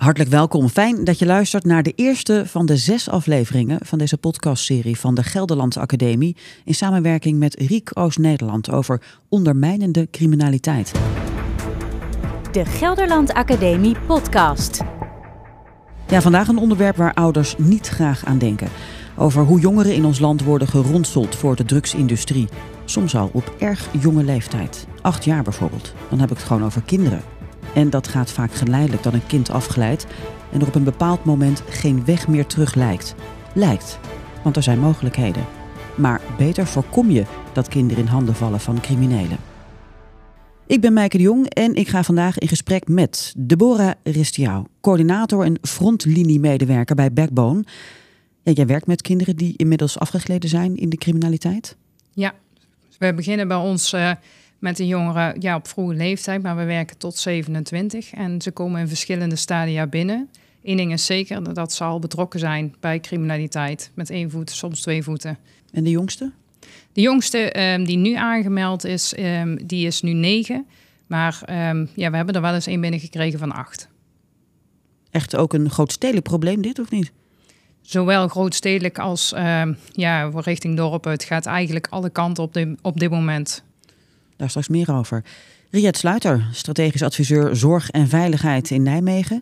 Hartelijk welkom. Fijn dat je luistert naar de eerste van de 6 afleveringen van deze podcastserie van de Gelderland Academie in samenwerking met Riek Oost-Nederland over ondermijnende criminaliteit. De Gelderland Academie podcast. Ja, vandaag een onderwerp waar ouders niet graag aan denken. Over hoe jongeren in ons land worden geronseld voor de drugsindustrie. Soms al op erg jonge leeftijd. 8 jaar bijvoorbeeld. Dan heb ik het gewoon over kinderen. En dat gaat vaak geleidelijk dan een kind afglijdt en er op een bepaald moment geen weg meer terug lijkt. Lijkt, want er zijn mogelijkheden. Maar beter voorkom je dat kinderen in handen vallen van criminelen. Ik ben Meike de Jong en ik ga vandaag in gesprek met Deborah Ristiau, coördinator en frontliniemedewerker bij Backbone. Ja, jij werkt met kinderen die inmiddels afgegleden zijn in de criminaliteit? Ja, we beginnen bij ons met de jongeren op vroege leeftijd, maar we werken tot 27. En ze komen in verschillende stadia binnen. Eén ding is zeker, dat ze al betrokken zijn bij criminaliteit. Met 1 voet, soms 2 voeten. En de jongste? De jongste die nu aangemeld is, die is nu 9. Maar we hebben er wel eens 1 binnengekregen van 8. Echt ook een grootstedelijk probleem dit, of niet? Zowel grootstedelijk als richting dorpen. Het gaat eigenlijk alle kanten op dit moment. Daar straks meer over. Riet Sluiter, strategisch adviseur Zorg en Veiligheid in Nijmegen.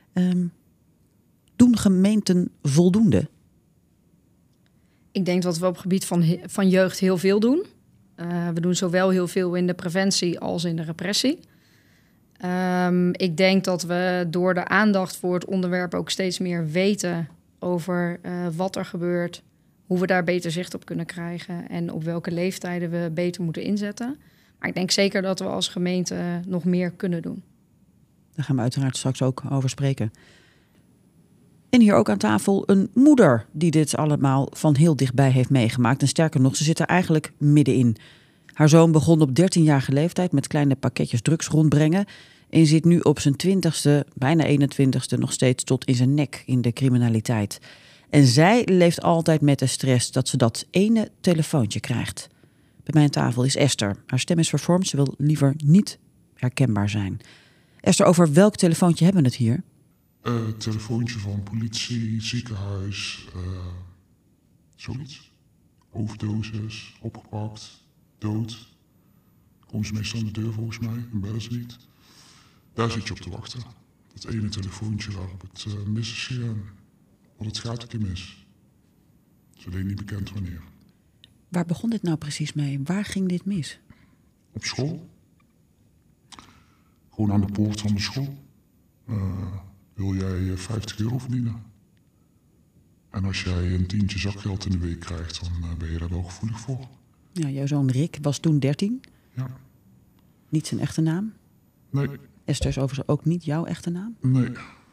Doen gemeenten voldoende? Ik denk dat we op het gebied van jeugd heel veel doen. We doen zowel heel veel in de preventie als in de repressie. Ik denk dat we door de aandacht voor het onderwerp ook steeds meer weten over wat er gebeurt, hoe we daar beter zicht op kunnen krijgen en op welke leeftijden we beter moeten inzetten. Maar ik denk zeker dat we als gemeente nog meer kunnen doen. Daar gaan we uiteraard straks ook over spreken. En hier ook aan tafel een moeder die dit allemaal van heel dichtbij heeft meegemaakt. En sterker nog, ze zit er eigenlijk middenin. Haar zoon begon op 13-jarige leeftijd met kleine pakketjes drugs rondbrengen. En zit nu op zijn 20ste, bijna 21ste, nog steeds tot in zijn nek in de criminaliteit. En zij leeft altijd met de stress dat ze dat ene telefoontje krijgt. Bij mij aan tafel is Esther. Haar stem is vervormd, ze wil liever niet herkenbaar zijn. Esther, over welk telefoontje hebben we het hier? Telefoontje van politie, ziekenhuis, zoiets. Overdosis, opgepakt, dood. Komen ze meestal aan de deur volgens mij en bellen ze niet. Daar zit je op te wachten. Dat ene telefoontje waarop het mis is gegaan. Want het gaat een keer mis. Het is alleen niet bekend wanneer. Waar begon dit nou precies mee? Waar ging dit mis? Op school. Gewoon aan de poort van de school. Wil jij €50 verdienen? En als jij een tientje zakgeld in de week krijgt, dan ben je daar wel gevoelig voor. Ja, jouw zoon Rick was toen 13. Ja. Niet zijn echte naam? Nee. Esther is overigens ook niet jouw echte naam? Nee.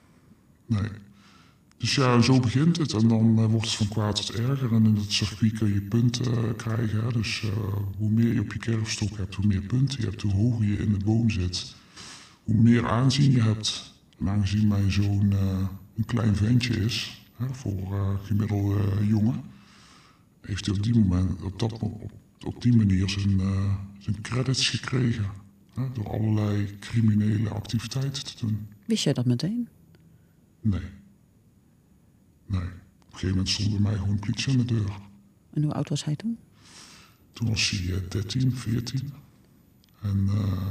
Dus ja, zo begint het. En dan wordt het van kwaad tot erger. En in het circuit kun je punten krijgen. Hè? Dus hoe meer je op je kerfstok hebt, hoe meer punten je hebt. Hoe hoger je in de boom zit, hoe meer aanzien je hebt. En aangezien mijn zoon een klein ventje is, hè, voor gemiddelde jongen, heeft hij op die manier zijn credits gekregen. Hè, door allerlei criminele activiteiten te doen. Wist jij dat meteen? Nee. Op een gegeven moment stond bij mij gewoon politie aan de deur. En hoe oud was hij toen? Toen was hij 13, 14. En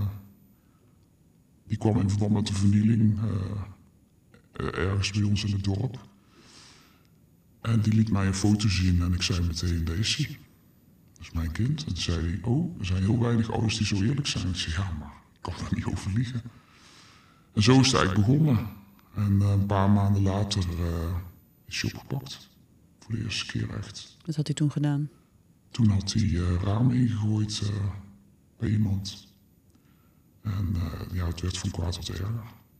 die kwam in verband met de vernieling ergens bij ons in het dorp. En die liet mij een foto zien en ik zei meteen, daar is hij. Dat is mijn kind. En toen zei hij, er zijn heel weinig ouders die zo eerlijk zijn. Ik zei, ja, maar ik kan daar niet over liegen. En zo is het eigenlijk begonnen. En een paar maanden later is hij opgepakt. Voor de eerste keer echt. Wat had hij toen gedaan? Toen had hij ramen ingegooid bij iemand. En het werd van kwaad tot erger.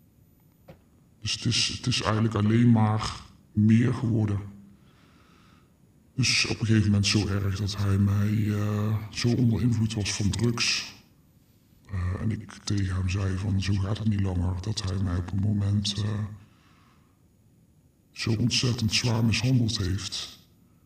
Dus het is eigenlijk alleen maar meer geworden. Dus op een gegeven moment zo erg dat hij mij zo onder invloed was van drugs. En ik tegen hem zei van zo gaat het niet langer. Dat hij mij op een moment zo ontzettend zwaar mishandeld heeft.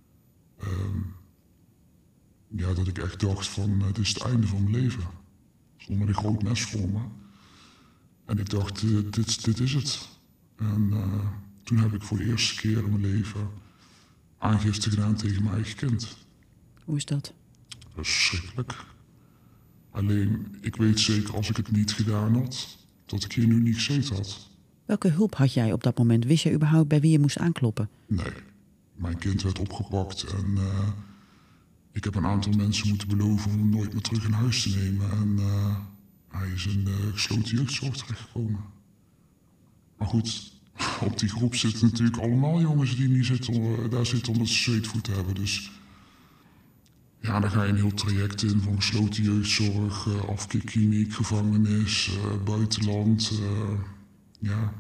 Dat ik echt dacht van het is het einde van mijn leven. Stond met een groot mes voor me. En ik dacht dit is het. En toen heb ik voor de eerste keer in mijn leven aangifte gedaan tegen mijn eigen kind. Hoe is dat? Dat is verschrikkelijk. Alleen, ik weet zeker als ik het niet gedaan had, dat ik hier nu niet gezeten had. Welke hulp had jij op dat moment? Wist je überhaupt bij wie je moest aankloppen? Nee, mijn kind werd opgepakt en ik heb een aantal mensen moeten beloven om hem nooit meer terug in huis te nemen. En hij is in de gesloten jeugdzorg terechtgekomen. Maar goed, op die groep zitten natuurlijk allemaal jongens die niet daar zitten omdat ze zweetvoet hebben. Dus ja, dan ga je een heel traject in van gesloten jeugdzorg, afkeerkliniek, gevangenis, buitenland. Ja.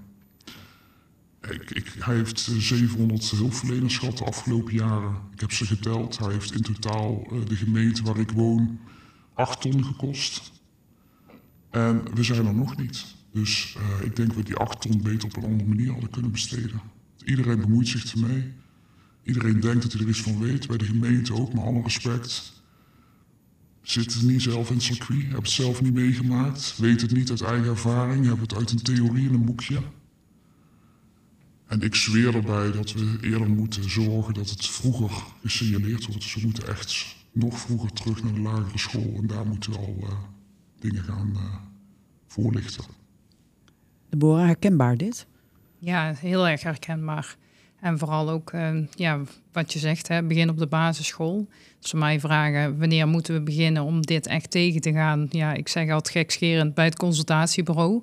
Hij heeft 700 hulpverleners gehad de afgelopen jaren. Ik heb ze geteld. Hij heeft in totaal de gemeente waar ik woon 8 ton gekost. En we zijn er nog niet. Dus ik denk dat we die 8 ton beter op een andere manier hadden kunnen besteden. Iedereen bemoeit zich ermee. Iedereen denkt dat hij er iets van weet. Bij de gemeente ook, met alle respect. Zitten niet zelf in het circuit, hebben het zelf niet meegemaakt. Weet het niet uit eigen ervaring, hebben het uit een theorie in een boekje. En ik zweer erbij dat we eerder moeten zorgen dat het vroeger gesignaleerd wordt. Dus we moeten echt nog vroeger terug naar de lagere school. En daar moeten we al dingen gaan voorlichten. Deborah, herkenbaar dit? Ja, heel erg herkenbaar. En vooral ook, wat je zegt, begin op de basisschool. Als ze mij vragen, wanneer moeten we beginnen om dit echt tegen te gaan? Ja, ik zeg altijd gekscherend bij het consultatiebureau.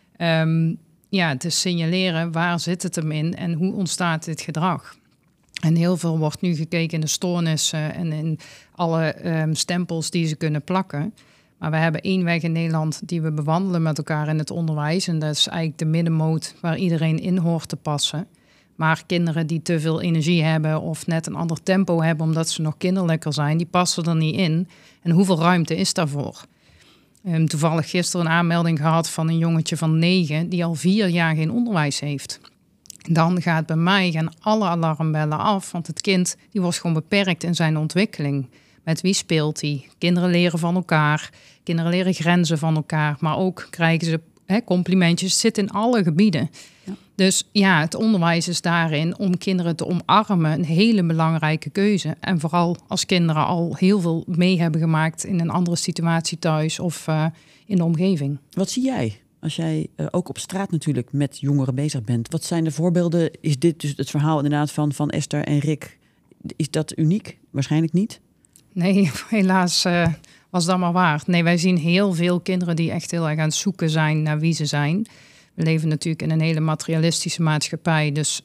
Het is signaleren, waar zit het hem in en hoe ontstaat dit gedrag? En heel veel wordt nu gekeken in de stoornissen en in alle stempels die ze kunnen plakken. Maar we hebben 1 weg in Nederland die we bewandelen met elkaar in het onderwijs. En dat is eigenlijk de middenmoot waar iedereen in hoort te passen. Maar kinderen die te veel energie hebben of net een ander tempo hebben omdat ze nog kinderlijker zijn, die passen er niet in. En hoeveel ruimte is daarvoor? Toevallig gisteren een aanmelding gehad van een jongetje van 9 die al 4 jaar geen onderwijs heeft. Dan gaat bij mij gaan alle alarmbellen af, want het kind die wordt gewoon beperkt in zijn ontwikkeling. Met wie speelt hij? Kinderen leren van elkaar, kinderen leren grenzen van elkaar, maar ook krijgen ze complimentjes. Het zit in alle gebieden. Ja. Dus ja, het onderwijs is daarin om kinderen te omarmen een hele belangrijke keuze. En vooral als kinderen al heel veel mee hebben gemaakt in een andere situatie thuis of in de omgeving. Wat zie jij als jij ook op straat natuurlijk met jongeren bezig bent? Wat zijn de voorbeelden? Is dit dus het verhaal inderdaad van Esther en Rick? Is dat uniek? Waarschijnlijk niet. Nee, helaas was dat maar waar. Nee, wij zien heel veel kinderen die echt heel erg aan het zoeken zijn naar wie ze zijn. We leven natuurlijk in een hele materialistische maatschappij. Dus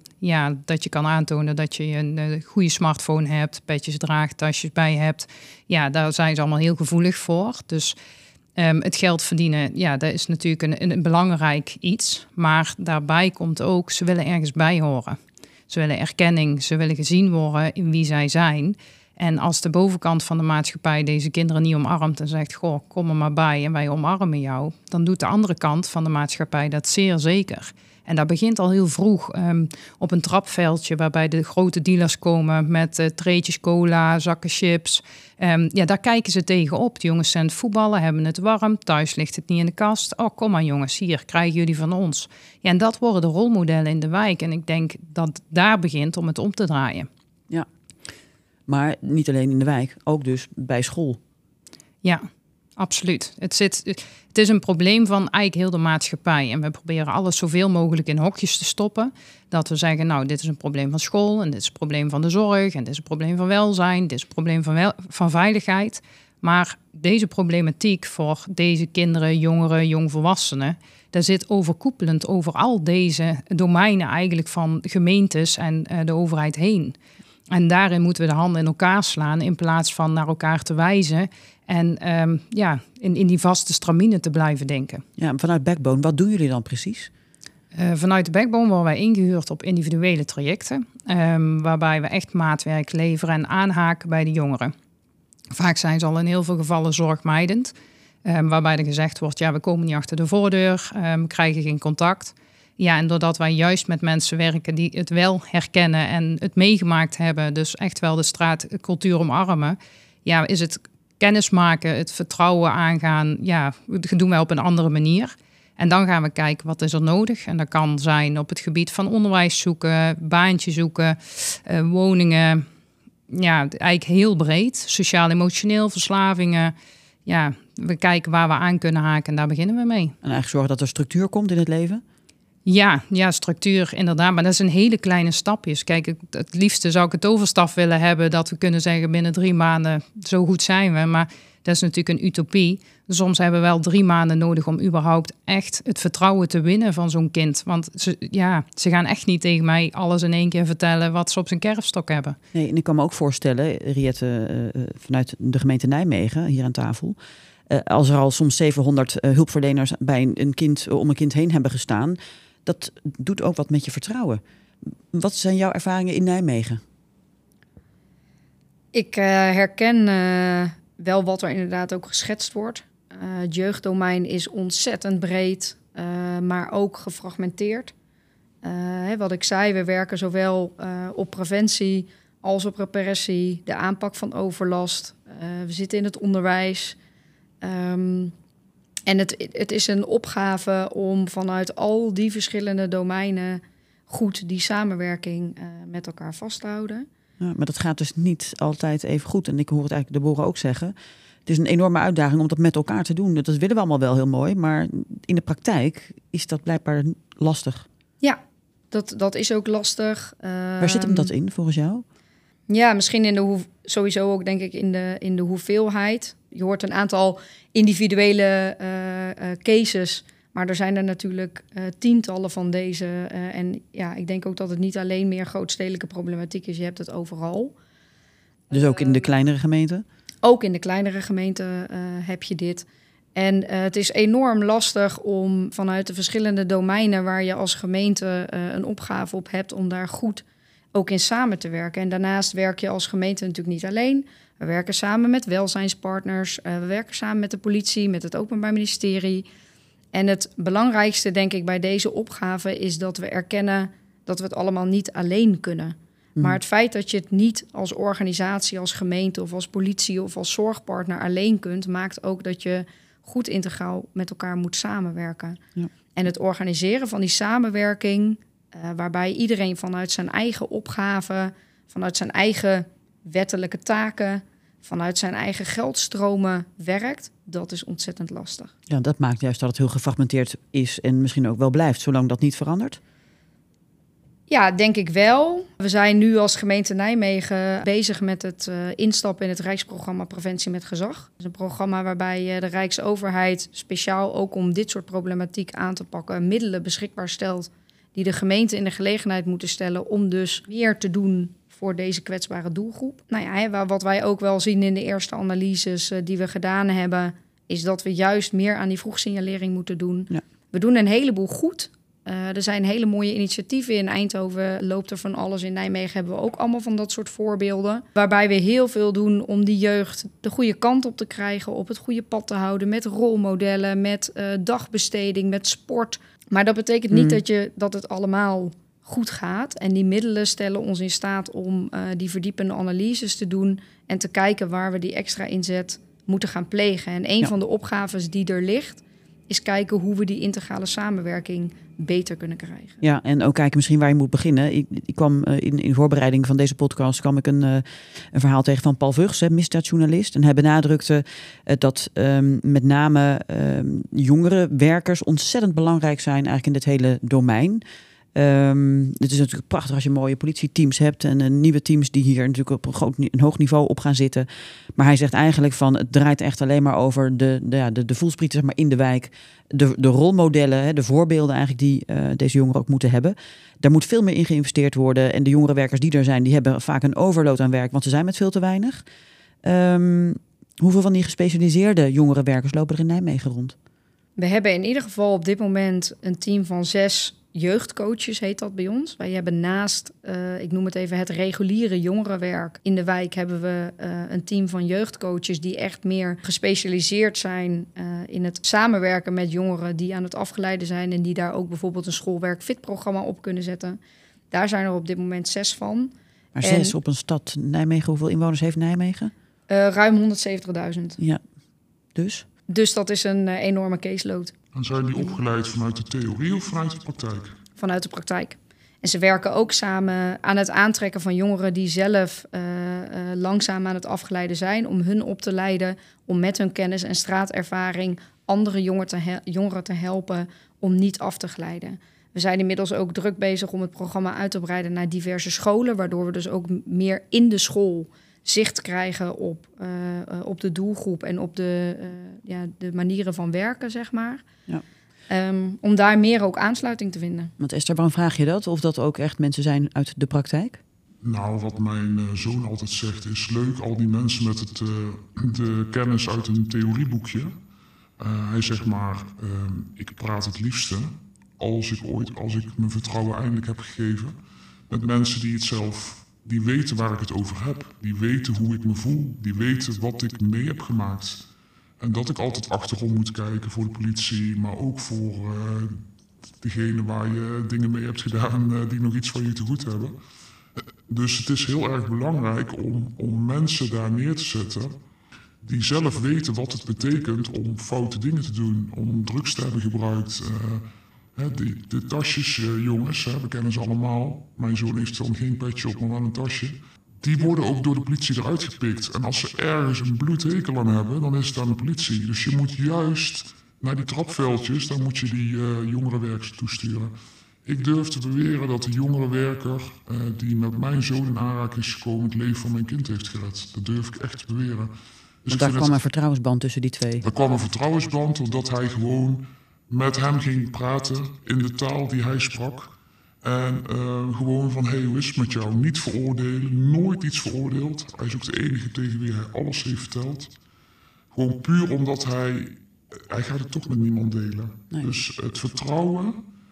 dat je kan aantonen dat je een goede smartphone hebt, petjes draagt, tasjes bij hebt. Ja, daar zijn ze allemaal heel gevoelig voor. Dus het geld verdienen, ja, dat is natuurlijk een belangrijk iets. Maar daarbij komt ook, ze willen ergens bij horen. Ze willen erkenning, ze willen gezien worden in wie zij zijn. En als de bovenkant van de maatschappij deze kinderen niet omarmt en zegt, goh, kom er maar bij en wij omarmen jou, dan doet de andere kant van de maatschappij dat zeer zeker. En dat begint al heel vroeg op een trapveldje waarbij de grote dealers komen met treetjes cola, zakken chips. Daar kijken ze tegenop. De jongens zijn aan het voetballen, hebben het warm, thuis ligt het niet in de kast. Oh, kom maar jongens, hier, krijgen jullie van ons. Ja, en dat worden de rolmodellen in de wijk. En ik denk dat daar begint om het om te draaien. Ja. Maar niet alleen in de wijk, ook dus bij school. Ja, absoluut. Het is een probleem van eigenlijk heel de maatschappij. En we proberen alles zoveel mogelijk in hokjes te stoppen. Dat we zeggen, nou, dit is een probleem van school en dit is een probleem van de zorg en dit is een probleem van welzijn, dit is een probleem van veiligheid. Maar deze problematiek voor deze kinderen, jongeren, jongvolwassenen, daar zit overkoepelend over al deze domeinen eigenlijk van gemeentes en de overheid heen. En daarin moeten we de handen in elkaar slaan in plaats van naar elkaar te wijzen en in die vaste stramine te blijven denken. Ja, vanuit Backbone, wat doen jullie dan precies? Vanuit de Backbone worden wij ingehuurd op individuele trajecten, waarbij we echt maatwerk leveren en aanhaken bij de jongeren. Vaak zijn ze al in heel veel gevallen zorgmijdend, waarbij er gezegd wordt, ja, we komen niet achter de voordeur, we krijgen geen contact. Ja, en doordat wij juist met mensen werken die het wel herkennen en het meegemaakt hebben, dus echt wel de straatcultuur omarmen, ja, is het kennismaken, het vertrouwen aangaan, ja, dat doen wij op een andere manier. En dan gaan we kijken wat is er nodig. En dat kan zijn op het gebied van onderwijs zoeken, baantje zoeken, woningen. Ja, eigenlijk heel breed. Sociaal-emotioneel, verslavingen. Ja, we kijken waar we aan kunnen haken en daar beginnen we mee. En eigenlijk zorgen dat er structuur komt in het leven? Ja, structuur inderdaad. Maar dat zijn hele kleine stapjes. Kijk, het liefste zou ik het overstaf willen hebben dat we kunnen zeggen binnen 3 maanden zo goed zijn we. Maar dat is natuurlijk een utopie. Soms hebben we wel 3 maanden nodig om überhaupt echt het vertrouwen te winnen van zo'n kind. Want ze gaan echt niet tegen mij alles in één keer vertellen wat ze op zijn kerfstok hebben. Nee, en ik kan me ook voorstellen, Riette, vanuit de gemeente Nijmegen, hier aan tafel, als er al soms 700 hulpverleners bij een kind om een kind heen hebben gestaan, dat doet ook wat met je vertrouwen. Wat zijn jouw ervaringen in Nijmegen? Ik herken wel wat er inderdaad ook geschetst wordt. Het jeugddomein is ontzettend breed, maar ook gefragmenteerd. Wat ik zei, we werken zowel op preventie als op repressie, de aanpak van overlast. We zitten in het onderwijs. En het is een opgave om vanuit al die verschillende domeinen goed die samenwerking met elkaar vast te houden. Ja, maar dat gaat dus niet altijd even goed. En ik hoor het eigenlijk de boeren ook zeggen. Het is een enorme uitdaging om dat met elkaar te doen. Dat willen we allemaal wel heel mooi. Maar in de praktijk is dat blijkbaar lastig. Ja, dat is ook lastig. Waar zit hem dat in volgens jou? Ja, misschien sowieso ook denk ik in de hoeveelheid. Je hoort een aantal individuele cases, maar er zijn er natuurlijk tientallen van deze. En ja, ik denk ook dat het niet alleen meer grootstedelijke problematiek is. Je hebt het overal. Dus ook in de kleinere gemeenten? Ook in de kleinere gemeenten heb je dit. En het is enorm lastig om vanuit de verschillende domeinen waar je als gemeente een opgave op hebt, om daar goed ook in samen te werken. En daarnaast werk je als gemeente natuurlijk niet alleen. We werken samen met welzijnspartners. We werken samen met de politie, met het Openbaar Ministerie. En het belangrijkste, denk ik, bij deze opgave is dat we erkennen dat we het allemaal niet alleen kunnen. Maar het feit dat je het niet als organisatie, als gemeente of als politie of als zorgpartner alleen kunt, maakt ook dat je goed integraal met elkaar moet samenwerken. Ja. En het organiseren van die samenwerking, waarbij iedereen vanuit zijn eigen opgave, vanuit zijn eigen wettelijke taken, vanuit zijn eigen geldstromen werkt, dat is ontzettend lastig. Ja, dat maakt juist dat het heel gefragmenteerd is en misschien ook wel blijft, zolang dat niet verandert. Ja, denk ik wel. We zijn nu als gemeente Nijmegen bezig met het instappen in het Rijksprogramma Preventie met Gezag. Dat is een programma waarbij de Rijksoverheid speciaal ook om dit soort problematiek aan te pakken middelen beschikbaar stelt die de gemeente in de gelegenheid moeten stellen om dus meer te doen voor deze kwetsbare doelgroep. Nou ja, wat wij ook wel zien in de eerste analyses die we gedaan hebben, is dat we juist meer aan die vroegsignalering moeten doen. Ja. We doen een heleboel goed. Er zijn hele mooie initiatieven. In Eindhoven loopt er van alles. In Nijmegen hebben we ook allemaal van dat soort voorbeelden. Waarbij we heel veel doen om die jeugd de goede kant op te krijgen, op het goede pad te houden, met rolmodellen, met dagbesteding, met sport. Maar dat betekent niet dat het allemaal goed gaat. En die middelen stellen ons in staat om die verdiepende analyses te doen en te kijken waar we die extra inzet moeten gaan plegen. En een van de opgaves die er ligt, is kijken hoe we die integrale samenwerking beter kunnen krijgen. Ja, en ook kijken misschien waar je moet beginnen. Ik kwam in voorbereiding van deze podcast kwam ik een verhaal tegen van Paul Vugs, misdaadjournalist. En hij benadrukte dat met name jongere werkers ontzettend belangrijk zijn eigenlijk in dit hele domein. Het is natuurlijk prachtig als je mooie politieteams hebt en nieuwe teams die hier natuurlijk op een hoog niveau op gaan zitten. Maar hij zegt eigenlijk van het draait echt alleen maar over de voelsprieten, zeg maar, in de wijk. De rolmodellen, de voorbeelden eigenlijk die deze jongeren ook moeten hebben. Daar moet veel meer in geïnvesteerd worden. En de jongerenwerkers die er zijn, die hebben vaak een overload aan werk, want ze zijn met veel te weinig. Hoeveel van die gespecialiseerde jongerenwerkers lopen er in Nijmegen rond? We hebben in ieder geval op dit moment een team van 6 jeugdcoaches, heet dat bij ons. Wij hebben naast, ik noem het even, het reguliere jongerenwerk in de wijk, hebben we een team van jeugdcoaches die echt meer gespecialiseerd zijn in het samenwerken met jongeren die aan het afgeleiden zijn en die daar ook bijvoorbeeld een schoolwerk-fit-programma op kunnen zetten. Daar zijn er op dit moment 6 van. Maar 6 op een stad Nijmegen, hoeveel inwoners heeft Nijmegen? Ruim 170.000. Ja, dus? Dus dat is een enorme caseload. En zijn die opgeleid vanuit de theorie of vanuit de praktijk? Vanuit de praktijk. En ze werken ook samen aan het aantrekken van jongeren die zelf langzaam aan het afgeleiden zijn, om hun op te leiden, om met hun kennis en straatervaring andere jongeren te helpen om niet af te glijden. We zijn inmiddels ook druk bezig om het programma uit te breiden naar diverse scholen, waardoor we dus ook meer in de school zicht krijgen op de doelgroep en op de manieren van werken, zeg maar. Ja. Om daar meer ook aansluiting te vinden. Want Esther, waarom vraag je dat? Of dat ook echt mensen zijn uit de praktijk? Nou, wat mijn zoon altijd zegt is leuk, al die mensen met de kennis uit een theorieboekje. Hij zegt maar, ik praat het liefste als ik mijn vertrouwen eindelijk heb gegeven met mensen die het zelf, die weten waar ik het over heb. Die weten hoe ik me voel, die weten wat ik mee heb gemaakt. En dat ik altijd achterom moet kijken voor de politie, maar ook voor degene waar je dingen mee hebt gedaan die nog iets van je te goed hebben. Dus het is heel erg belangrijk om mensen daar neer te zetten die zelf weten wat het betekent om foute dingen te doen, om drugs te hebben gebruikt. De tasjes, jongens, we kennen ze allemaal. Mijn zoon heeft dan geen petje op, maar wel een tasje. Die worden ook door de politie eruit gepikt. En als ze ergens een bloedhekel aan hebben, dan is het aan de politie. Dus je moet juist naar die trapveldjes, daar moet je die jongerenwerkers toesturen. Ik durf te beweren dat de jongerenwerker die met mijn zoon in aanraking is gekomen, het leven van mijn kind heeft gered. Dat durf ik echt te beweren. Dus Want daar kwam een vertrouwensband tussen die twee. Er kwam een vertrouwensband, omdat hij gewoon met hem ging praten in de taal die hij sprak. En gewoon van, hey, hoe is het met jou? Niet veroordelen, nooit iets veroordeeld. Hij is ook de enige tegen wie hij alles heeft verteld. Gewoon puur omdat hij gaat het toch met niemand delen. Nee. Dus het vertrouwen.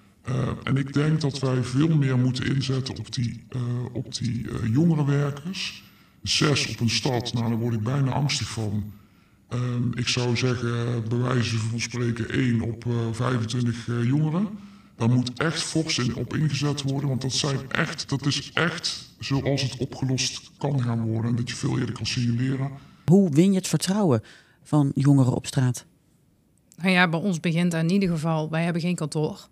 En ik denk dat wij veel meer moeten inzetten op die jongerenwerkers. 6 op een stad, nou daar word ik bijna angstig van. Ik zou zeggen, bij wijze van spreken 1 op 25 jongeren. Daar moet echt fors op ingezet worden, want dat is echt zoals het opgelost kan gaan worden. En dat je veel eerder kan signaleren. Hoe win je het vertrouwen van jongeren op straat? Nou ja, bij ons begint in ieder geval, wij hebben geen kantoor.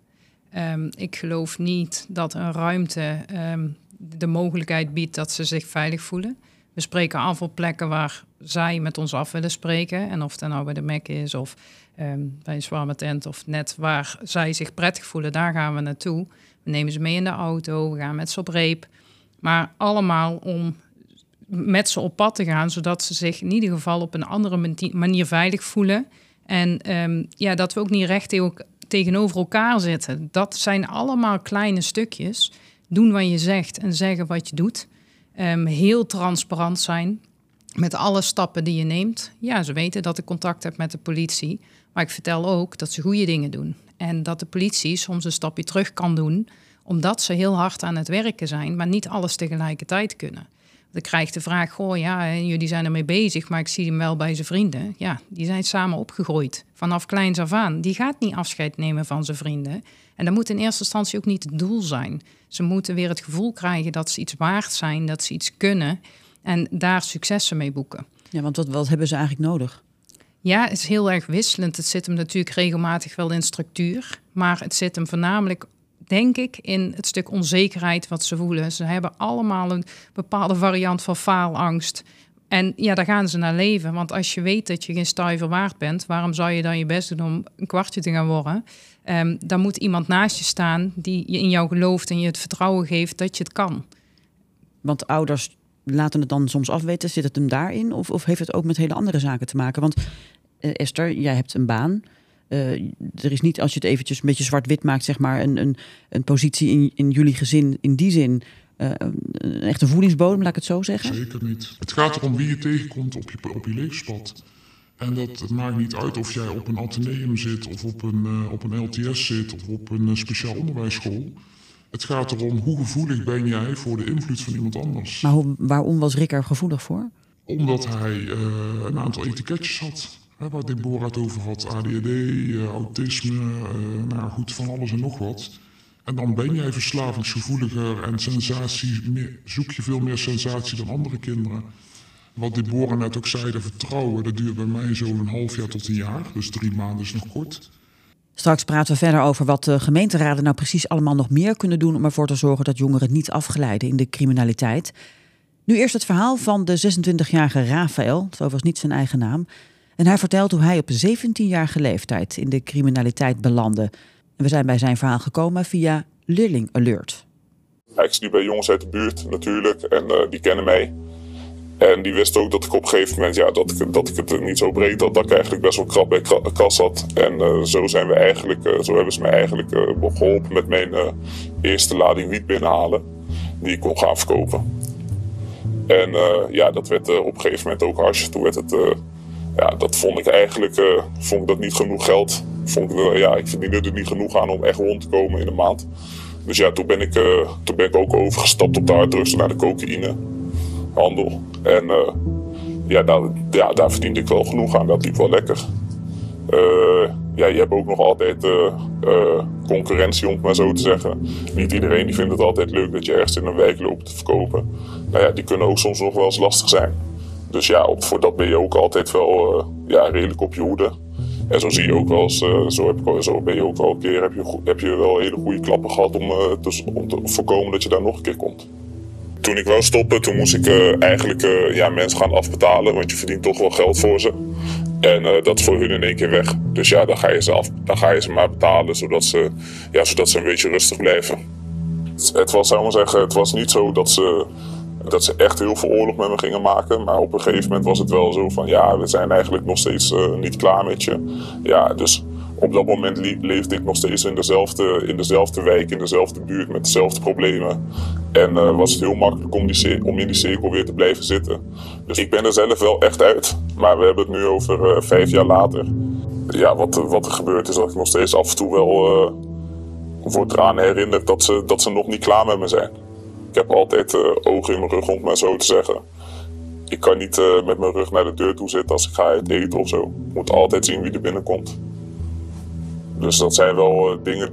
Ik geloof niet dat een ruimte de mogelijkheid biedt dat ze zich veilig voelen. We spreken af op plekken waar zij met ons af willen spreken. En of dat nou bij de Mac is of bij een zwarme tent of net waar zij zich prettig voelen, daar gaan we naartoe. We nemen ze mee in de auto, we gaan met ze op reep. Maar allemaal om met ze op pad te gaan, zodat ze zich in ieder geval op een andere manier veilig voelen. En dat we ook niet recht tegenover elkaar zitten. Dat zijn allemaal kleine stukjes. Doen wat je zegt en zeggen wat je doet. Heel transparant zijn met alle stappen die je neemt. Ja, ze weten dat ik contact heb met de politie. Maar ik vertel ook dat ze goede dingen doen. En dat de politie soms een stapje terug kan doen, omdat ze heel hard aan het werken zijn, maar niet alles tegelijkertijd kunnen. Dan krijg je de vraag, goh ja, jullie zijn ermee bezig, maar ik zie hem wel bij zijn vrienden. Ja, die zijn samen opgegroeid, vanaf kleins af aan. Die gaat niet afscheid nemen van zijn vrienden. En dat moet in eerste instantie ook niet het doel zijn. Ze moeten weer het gevoel krijgen dat ze iets waard zijn, dat ze iets kunnen en daar successen mee boeken. Ja, want wat hebben ze eigenlijk nodig? Ja, het is heel erg wisselend. Het zit hem natuurlijk regelmatig wel in structuur, maar het zit hem voornamelijk, denk ik, in het stuk onzekerheid wat ze voelen. Ze hebben allemaal een bepaalde variant van faalangst. En ja, daar gaan ze naar leven. Want als je weet dat je geen stuiver waard bent, waarom zou je dan je best doen om een kwartje te gaan worden? Dan moet iemand naast je staan die in jou gelooft en je het vertrouwen geeft dat je het kan. Want ouders laten het dan soms afweten. Zit het hem daarin? Of heeft het ook met hele andere zaken te maken? Want Esther, jij hebt een baan. Er is niet, als je het eventjes een beetje zwart-wit maakt, zeg maar, een positie in jullie gezin in die zin, een echte voedingsbodem, laat ik het zo zeggen? Zeker niet. Het gaat erom wie je tegenkomt op je levenspad. En het maakt niet uit of jij op een ateneum zit of op een LTS zit of op een speciaal onderwijsschool. Het gaat erom hoe gevoelig ben jij voor de invloed van iemand anders. Maar waarom was Rick er gevoelig voor? Omdat hij een aantal etiketjes had. Waar Deborah het over had, ADHD, autisme, van alles en nog wat. En dan ben jij verslavingsgevoeliger en zoek je veel meer sensatie dan andere kinderen. Wat Deborah net ook zei, dat vertrouwen, dat duurt bij mij zo'n een half jaar tot een jaar. Dus 3 maanden is nog kort. Straks praten we verder over wat de gemeenteraden nou precies allemaal nog meer kunnen doen om ervoor te zorgen dat jongeren niet afglijden in de criminaliteit. Nu eerst het verhaal van de 26-jarige Rafael, het is overigens niet zijn eigen naam. En hij vertelt hoe hij op 17-jarige leeftijd in de criminaliteit belandde. En we zijn bij zijn verhaal gekomen via Leerling Alert. Ik zie bij jongens uit de buurt natuurlijk en die kennen mij. En die wisten ook dat ik op een gegeven moment, dat ik het niet zo breed had, dat ik eigenlijk best wel krap bij kas zat. En zo hebben ze mij eigenlijk geholpen met mijn eerste lading wiet binnenhalen, die ik kon gaan verkopen. En dat werd op een gegeven moment ook hash. Toen werd het, dat vond ik eigenlijk dat niet genoeg geld. Ik verdiende er niet genoeg aan om echt rond te komen in een maand. Dus toen ben ik ook overgestapt op de harddrugs naar de cocaïnehandel. En daar verdiende ik wel genoeg aan. Dat liep wel lekker. Je hebt ook nog altijd concurrentie, om het maar zo te zeggen. Niet iedereen die vindt het altijd leuk dat je ergens in een wijk loopt te verkopen. Die kunnen ook soms nog wel eens lastig zijn. Dus voor dat ben je ook altijd wel redelijk op je hoede. En zo zie je ook wel eens, zo ben je ook wel een keer, heb je wel hele goede klappen gehad om te voorkomen dat je daar nog een keer komt. Toen ik wou stoppen, toen moest ik mensen gaan afbetalen, want je verdient toch wel geld voor ze. En dat is voor hun in één keer weg. Dus dan ga je ze maar betalen, zodat ze een beetje rustig blijven. Het was niet zo dat ze echt heel veel oorlog met me gingen maken. Maar op een gegeven moment was het wel zo van, we zijn eigenlijk nog steeds niet klaar met je. Dus op dat moment leefde ik nog steeds in dezelfde wijk, in dezelfde buurt, met dezelfde problemen. En was het heel makkelijk om in die cirkel weer te blijven zitten. Dus ik ben er zelf wel echt uit. Maar we hebben het nu over 5 jaar later. Wat er gebeurt is dat ik nog steeds af en toe wel word eraan herinnerd dat ze nog niet klaar met me zijn. Ik heb altijd ogen in mijn rug, om het maar zo te zeggen. Ik kan niet met mijn rug naar de deur toe zitten als ik ga eten of zo. Ik moet altijd zien wie er binnenkomt. Dus dat zijn wel dingen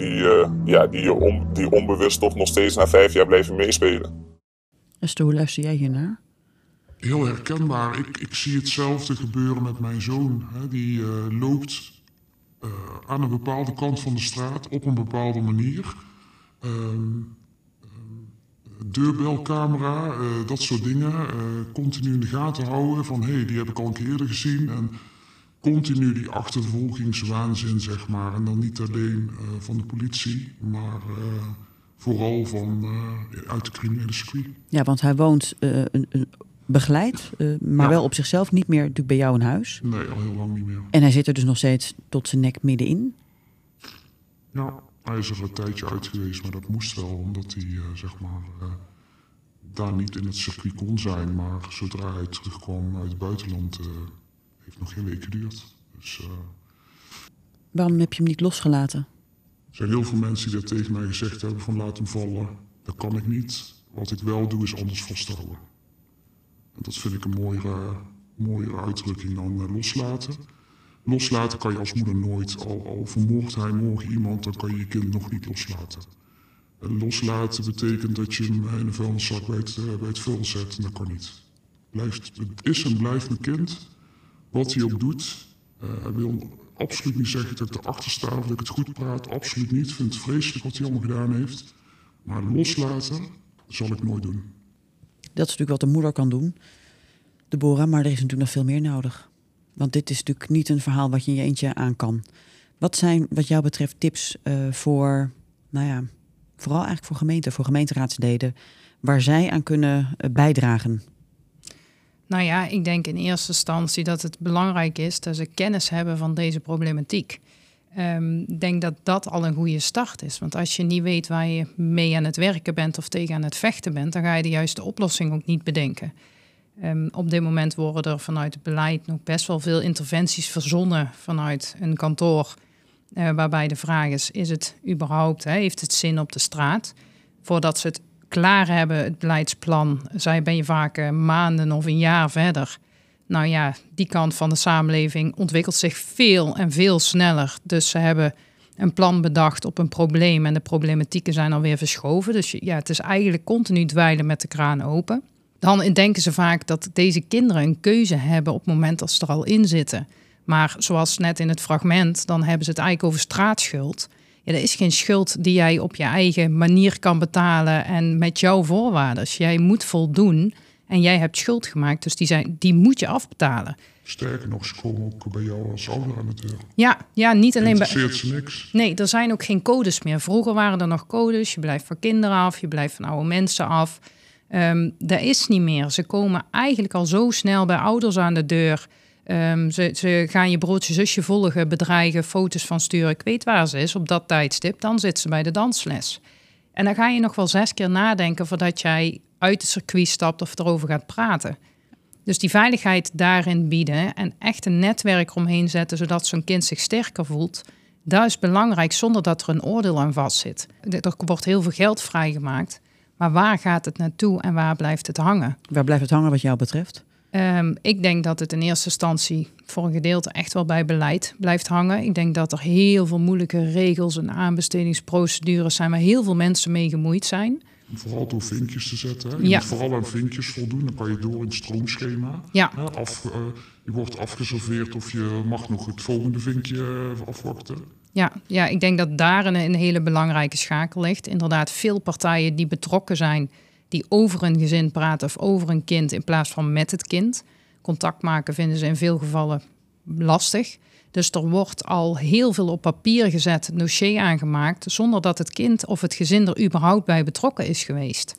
die onbewust toch nog steeds na 5 jaar blijven meespelen. Esther, hoe luister jij hiernaar? Heel herkenbaar. Ik zie hetzelfde gebeuren met mijn zoon. Die loopt aan een bepaalde kant van de straat op een bepaalde manier. Deurbelcamera, dat soort dingen. Continu in de gaten houden van die heb ik al een keer eerder gezien. En continu die achtervolgingswaanzin, zeg maar. En dan niet alleen van de politie, maar vooral uit de criminele circuit. Ja, want hij woont begeleid, maar wel op zichzelf. Niet meer natuurlijk bij jou in huis. Nee, al heel lang niet meer. En hij zit er dus nog steeds tot zijn nek middenin? Ja, hij is er een tijdje uit geweest, maar dat moest wel. Omdat hij, daar niet in het circuit kon zijn. Maar zodra hij terugkwam uit het buitenland, heeft nog geen week geduurd. Dus, waarom heb je hem niet losgelaten? Er zijn heel veel mensen die dat tegen mij gezegd hebben van laat hem vallen. Dat kan ik niet. Wat ik wel doe is anders vasthouden. En dat vind ik een mooiere uitdrukking dan loslaten. Loslaten kan je als moeder nooit. Al vermoordt hij morgen iemand, dan kan je je kind nog niet loslaten. En loslaten betekent dat je hem in een vuilniszak bij het vuil zet. En dat kan niet. Het is en blijft mijn kind. Wat hij ook doet. Hij wil absoluut niet zeggen dat ik erachter sta of dat ik het goed praat. Absoluut niet. Ik vind het vreselijk wat hij allemaal gedaan heeft. Maar loslaten zal ik nooit doen. Dat is natuurlijk wat een moeder kan doen, Deborah, maar er is natuurlijk nog veel meer nodig. Want dit is natuurlijk niet een verhaal wat je in je eentje aan kan. Wat zijn wat jou betreft tips vooral eigenlijk voor gemeenten, voor gemeenteraadsleden, waar zij aan kunnen bijdragen? Nou ja, ik denk in eerste instantie dat het belangrijk is dat ze kennis hebben van deze problematiek. Ik denk dat dat al een goede start is. Want als je niet weet waar je mee aan het werken bent of tegen aan het vechten bent, dan ga je de juiste oplossing ook niet bedenken. Op dit moment worden er vanuit het beleid nog best wel veel interventies verzonnen vanuit een kantoor. Waarbij de vraag is het überhaupt, heeft het zin op de straat? Voordat ze het klaar hebben, het beleidsplan, ben je vaak maanden of een jaar verder. Nou ja, die kant van de samenleving ontwikkelt zich veel en veel sneller. Dus ze hebben een plan bedacht op een probleem en de problematieken zijn alweer verschoven. Dus het is eigenlijk continu dweilen met de kraan open. Dan denken ze vaak dat deze kinderen een keuze hebben op het moment dat ze er al in zitten. Maar zoals net in het fragment, dan hebben ze het eigenlijk over straatschuld. Ja, dat is geen schuld die jij op je eigen manier kan betalen en met jouw voorwaarden. Jij moet voldoen en jij hebt schuld gemaakt, dus die moet je afbetalen. Sterker nog, ze komen ook bij jou als ouder aan de deur. Ja, niet alleen bij... Interesseert ze niks? Nee, er zijn ook geen codes meer. Vroeger waren er nog codes. Je blijft van kinderen af, je blijft van oude mensen af. Dat is niet meer. Ze komen eigenlijk al zo snel bij ouders aan de deur. Ze gaan je broertje, zusje volgen, bedreigen, foto's van sturen. Ik weet waar ze is op dat tijdstip. Dan zit ze bij de dansles. En dan ga je nog wel 6 keer nadenken voordat jij uit het circuit stapt of erover gaat praten. Dus die veiligheid daarin bieden en echt een netwerk omheen zetten, zodat zo'n kind zich sterker voelt, dat is belangrijk zonder dat er een oordeel aan vastzit. Er wordt heel veel geld vrijgemaakt, maar waar gaat het naartoe en waar blijft het hangen? Waar blijft het hangen wat jou betreft? Ik denk dat het in eerste instantie voor een gedeelte echt wel bij beleid blijft hangen. Ik denk dat er heel veel moeilijke regels en aanbestedingsprocedures zijn waar heel veel mensen mee gemoeid zijn. Vooral door vinkjes te zetten. Hè? Je moet vooral aan vinkjes voldoen. Dan kan je door in het stroomschema. Ja. Je wordt afgeserveerd of je mag nog het volgende vinkje afwachten. Ja, ik denk dat daar een hele belangrijke schakel ligt. Inderdaad, veel partijen die betrokken zijn, die over een gezin praten of over een kind in plaats van met het kind. Contact maken vinden ze in veel gevallen lastig. Dus er wordt al heel veel op papier gezet, een dossier aangemaakt, zonder dat het kind of het gezin er überhaupt bij betrokken is geweest.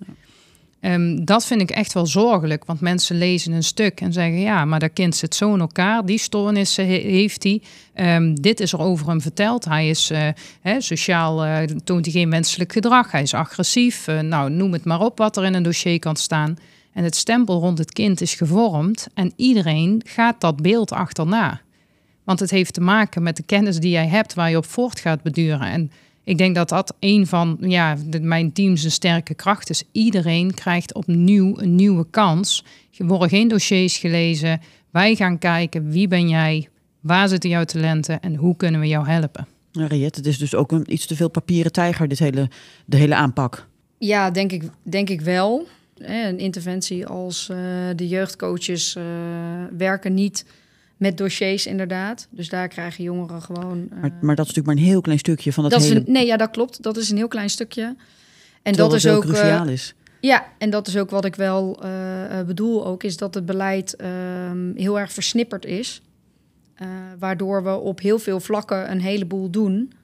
Dat vind ik echt wel zorgelijk, want mensen lezen een stuk en zeggen, ja, maar dat kind zit zo in elkaar, die stoornissen heeft hij. Dit is er over hem verteld. Hij is sociaal, toont hij geen wenselijk gedrag, hij is agressief. Noem het maar op wat er in een dossier kan staan. En het stempel rond het kind is gevormd en iedereen gaat dat beeld achterna. Want het heeft te maken met de kennis die jij hebt, waar je op voort gaat beduren. En ik denk dat dat een van mijn teams een sterke kracht is. Iedereen krijgt opnieuw een nieuwe kans. Er worden geen dossiers gelezen. Wij gaan kijken, wie ben jij, waar zitten jouw talenten en hoe kunnen we jou helpen? Riet, het is dus ook een iets te veel papieren tijger, de hele aanpak. Ja, denk ik wel. Een interventie als de jeugdcoaches werken niet met dossiers inderdaad. Dus daar krijgen jongeren gewoon... Maar dat is natuurlijk maar een heel klein stukje van dat hele... dat klopt. Dat is een heel klein stukje. En dat is ook cruciaal is. Ja, en dat is ook wat ik wel bedoel ook, is dat het beleid heel erg versnipperd is. Waardoor we op heel veel vlakken een heleboel doen.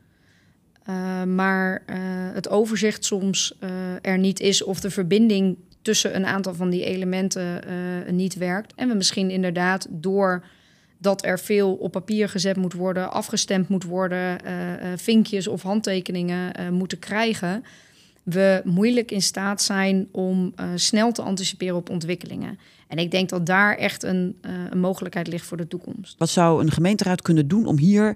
Maar het overzicht soms er niet is of de verbinding tussen een aantal van die elementen niet werkt. En we misschien inderdaad door dat er veel op papier gezet moet worden, afgestemd moet worden, vinkjes of handtekeningen moeten krijgen, we moeilijk in staat zijn om snel te anticiperen op ontwikkelingen. En ik denk dat daar echt een mogelijkheid ligt voor de toekomst. Wat zou een gemeenteraad kunnen doen om hier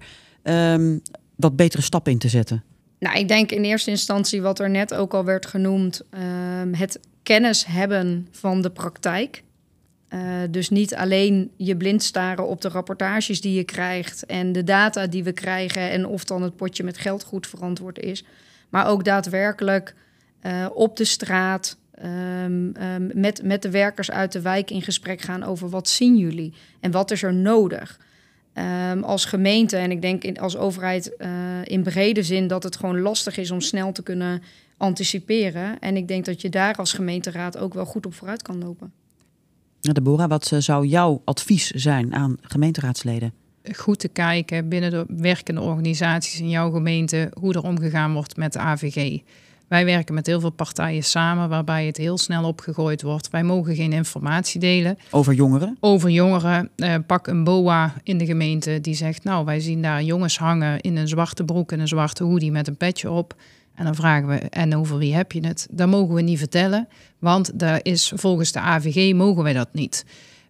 wat betere stappen in te zetten? Nou, ik denk in eerste instantie wat er net ook al werd genoemd, het kennis hebben van de praktijk. Dus niet alleen je blind staren op de rapportages die je krijgt en de data die we krijgen en of dan het potje met geld goed verantwoord is. Maar ook daadwerkelijk op de straat met de werkers uit de wijk in gesprek gaan over wat zien jullie en wat is er nodig. Als gemeente en ik denk als overheid in brede zin dat het gewoon lastig is om snel te kunnen anticiperen. En ik denk dat je daar als gemeenteraad ook wel goed op vooruit kan lopen. Deborah, wat zou jouw advies zijn aan gemeenteraadsleden? Goed te kijken binnen de werkende organisaties in jouw gemeente hoe er omgegaan wordt met de AVG. Wij werken met heel veel partijen samen waarbij het heel snel opgegooid wordt. Wij mogen geen informatie delen. Over jongeren? Over jongeren. Pak een BOA in de gemeente die zegt, nou, wij zien daar jongens hangen in een zwarte broek en een zwarte hoodie met een petje op. En dan vragen we, en over wie heb je het? Dat mogen we niet vertellen, want dat is, volgens de AVG mogen wij dat niet.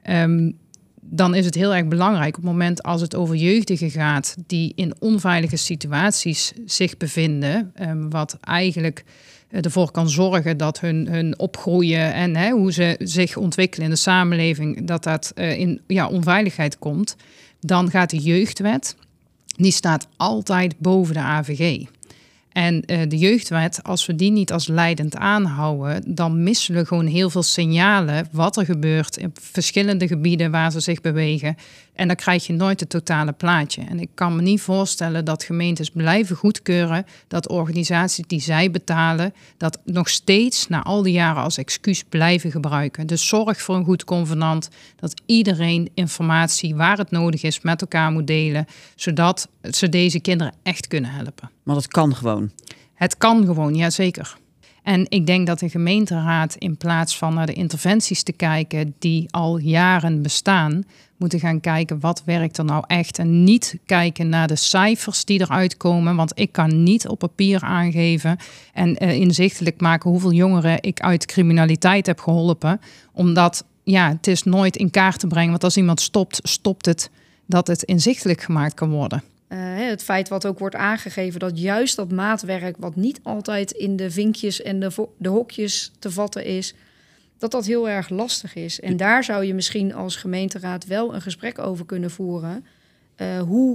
Dan is het heel erg belangrijk op het moment als het over jeugdigen gaat die in onveilige situaties zich bevinden, wat eigenlijk ervoor kan zorgen dat hun opgroeien en hoe ze zich ontwikkelen in de samenleving, dat in onveiligheid komt. Dan gaat de jeugdwet, die staat altijd boven de AVG. En de jeugdwet, als we die niet als leidend aanhouden, dan missen we gewoon heel veel signalen wat er gebeurt in verschillende gebieden waar ze zich bewegen. En dan krijg je nooit het totale plaatje. En ik kan me niet voorstellen dat gemeentes blijven goedkeuren dat organisaties die zij betalen, dat nog steeds na al die jaren als excuus blijven gebruiken. Dus zorg voor een goed convenant, dat iedereen informatie waar het nodig is met elkaar moet delen, zodat ze deze kinderen echt kunnen helpen. Want het kan gewoon. Het kan gewoon, ja zeker. En ik denk dat de gemeenteraad in plaats van naar de interventies te kijken die al jaren bestaan, moeten gaan kijken wat werkt er nou echt. En niet kijken naar de cijfers die eruit komen. Want ik kan niet op papier aangeven en inzichtelijk maken hoeveel jongeren ik uit criminaliteit heb geholpen. Omdat het is nooit in kaart te brengen. Want als iemand stopt het dat het inzichtelijk gemaakt kan worden. Het feit wat ook wordt aangegeven dat juist dat maatwerk, wat niet altijd in de vinkjes en de hokjes te vatten is, dat heel erg lastig is. En daar zou je misschien als gemeenteraad wel een gesprek over kunnen voeren. Hoe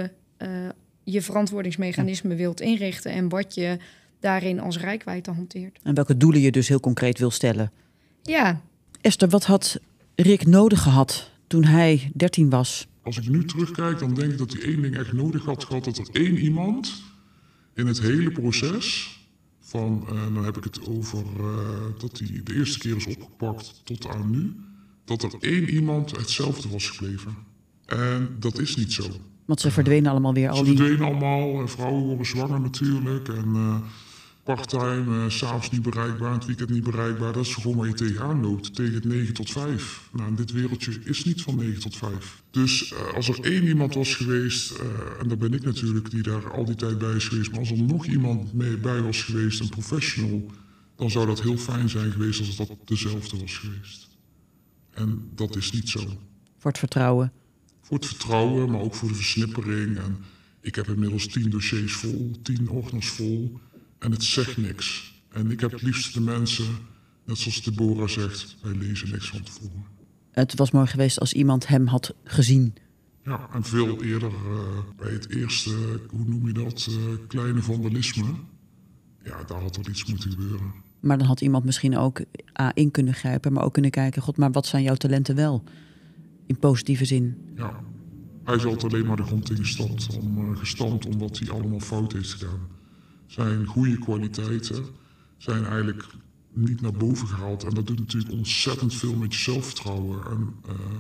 je verantwoordingsmechanisme wilt inrichten en wat je daarin als reikwijdte hanteert. En welke doelen je dus heel concreet wil stellen. Ja. Esther, wat had Rick nodig gehad toen hij 13 was? Als ik nu terugkijk, dan denk ik dat hij één ding echt nodig had gehad. Dat er één iemand in het hele proces van, dan heb ik het over dat hij de eerste keer is opgepakt tot aan nu, dat er één iemand hetzelfde was gebleven. En dat is niet zo. Want ze verdwenen allemaal weer. Ze verdwenen allemaal, vrouwen worden zwanger natuurlijk en parttime, 's avonds niet bereikbaar, het weekend niet bereikbaar. Dat is gewoon waar je tegenaan loopt, tegen het 9 tot 5. Nou, en dit wereldje is niet van 9 tot 5. Dus als er één iemand was geweest, en dat ben ik natuurlijk die daar al die tijd bij is geweest, maar als er nog iemand mee bij was geweest, een professional, dan zou dat heel fijn zijn geweest als dat dezelfde was geweest. En dat is niet zo. Voor het vertrouwen. Voor het vertrouwen, maar ook voor de versnippering. En ik heb inmiddels 10 dossiers vol, 10 ordners vol. En het zegt niks. En ik heb het liefst de mensen, net zoals Deborah zegt, wij lezen niks van tevoren. Het was mooi geweest als iemand hem had gezien. Ja, en veel eerder bij het eerste, hoe noem je dat, kleine vandalisme. Ja, daar had er iets moeten gebeuren. Maar dan had iemand misschien ook in kunnen grijpen, maar ook kunnen kijken, god, maar wat zijn jouw talenten wel? In positieve zin. Ja, hij is altijd alleen maar de grond in gestampt omdat hij allemaal fout heeft gedaan. Zijn goede kwaliteiten zijn eigenlijk niet naar boven gehaald. En dat doet natuurlijk ontzettend veel met je zelfvertrouwen. En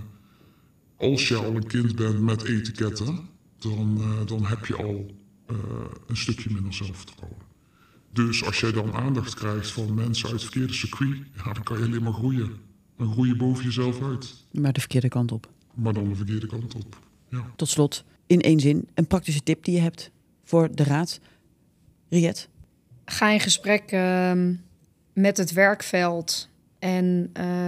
als je al een kind bent met etiketten, dan heb je al een stukje minder zelfvertrouwen. Dus als jij dan aandacht krijgt van mensen uit het verkeerde circuit, dan kan je alleen maar groeien. Dan groei je boven jezelf uit. Maar de verkeerde kant op. Maar dan de verkeerde kant op, ja. Tot slot, in één zin, een praktische tip die je hebt voor de raad. Riet? Ga in gesprek met het werkveld en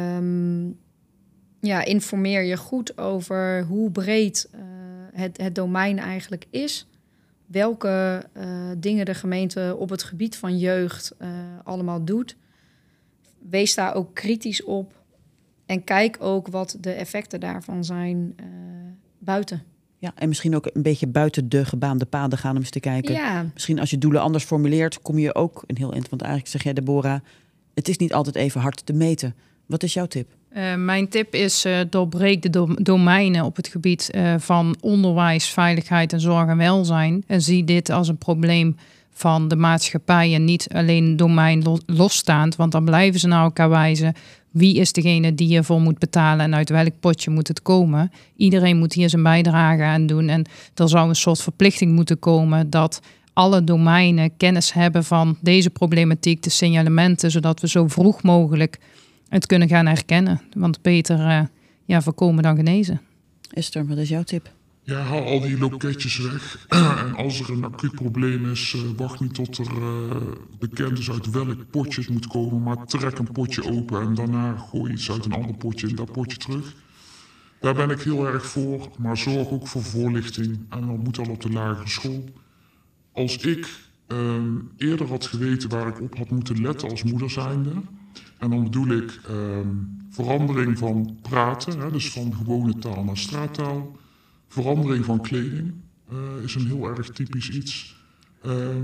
informeer je goed over hoe breed het domein eigenlijk is. Welke dingen de gemeente op het gebied van jeugd allemaal doet. Wees daar ook kritisch op. En kijk ook wat de effecten daarvan zijn buiten. Ja, en misschien ook een beetje buiten de gebaande paden gaan om eens te kijken. Ja. Misschien als je doelen anders formuleert, kom je ook een heel eind. Want eigenlijk zeg jij, Deborah, het is niet altijd even hard te meten. Wat is jouw tip? Mijn tip is doorbreek de domeinen op het gebied van onderwijs, veiligheid en zorg en welzijn. En zie dit als een probleem van de maatschappij en niet alleen domein losstaand. Want dan blijven ze naar elkaar wijzen. Wie is degene die ervoor moet betalen en uit welk potje moet het komen? Iedereen moet hier zijn bijdrage aan doen. En er zou een soort verplichting moeten komen dat alle domeinen kennis hebben van deze problematiek, de signalementen, zodat we zo vroeg mogelijk het kunnen gaan herkennen. Want beter voorkomen dan genezen. Esther, wat is jouw tip? Ja, haal al die loketjes weg. En als er een acuut probleem is, wacht niet tot er bekend is uit welk potje het moet komen. Maar trek een potje open en daarna gooi iets uit een ander potje in dat potje terug. Daar ben ik heel erg voor, maar zorg ook voor voorlichting. En dat moet al op de lagere school. Als ik eerder had geweten waar ik op had moeten letten als moeder zijnde. En dan bedoel ik verandering van praten, dus van gewone taal naar straattaal. Verandering van kleding is een heel erg typisch iets.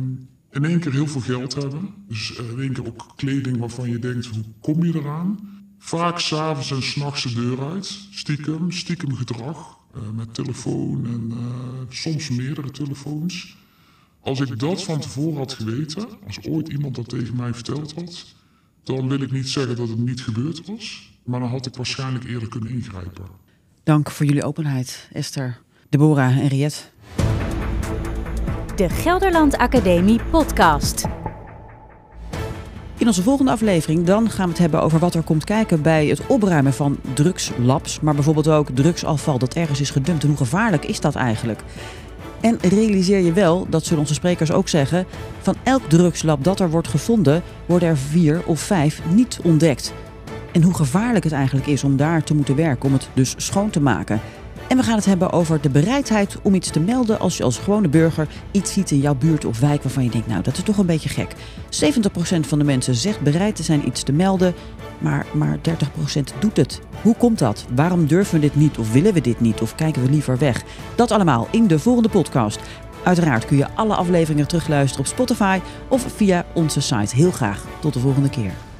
in één keer heel veel geld hebben. Dus in één keer ook kleding waarvan je denkt, hoe kom je eraan? Vaak 's avonds en 's nachts de deur uit. Stiekem gedrag. Met telefoon en soms meerdere telefoons. Als ik dat van tevoren had geweten, als ooit iemand dat tegen mij verteld had, dan wil ik niet zeggen dat het niet gebeurd was, maar dan had ik waarschijnlijk eerder kunnen ingrijpen. Dank voor jullie openheid, Esther, Deborah en Riet. De Gelderland Academie podcast. In onze volgende aflevering dan gaan we het hebben over wat er komt kijken bij het opruimen van drugslabs, maar bijvoorbeeld ook drugsafval dat ergens is gedumpt. En hoe gevaarlijk is dat eigenlijk? En realiseer je wel, dat zullen onze sprekers ook zeggen, van elk drugslab dat er wordt gevonden, worden er 4 of 5 niet ontdekt. En hoe gevaarlijk het eigenlijk is om daar te moeten werken, om het dus schoon te maken. En we gaan het hebben over de bereidheid om iets te melden als je als gewone burger iets ziet in jouw buurt of wijk waarvan je denkt, nou dat is toch een beetje gek. 70% van de mensen zegt bereid te zijn iets te melden, maar 30% doet het. Hoe komt dat? Waarom durven we dit niet of willen we dit niet of kijken we liever weg? Dat allemaal in de volgende podcast. Uiteraard kun je alle afleveringen terugluisteren op Spotify of via onze site. Heel graag tot de volgende keer.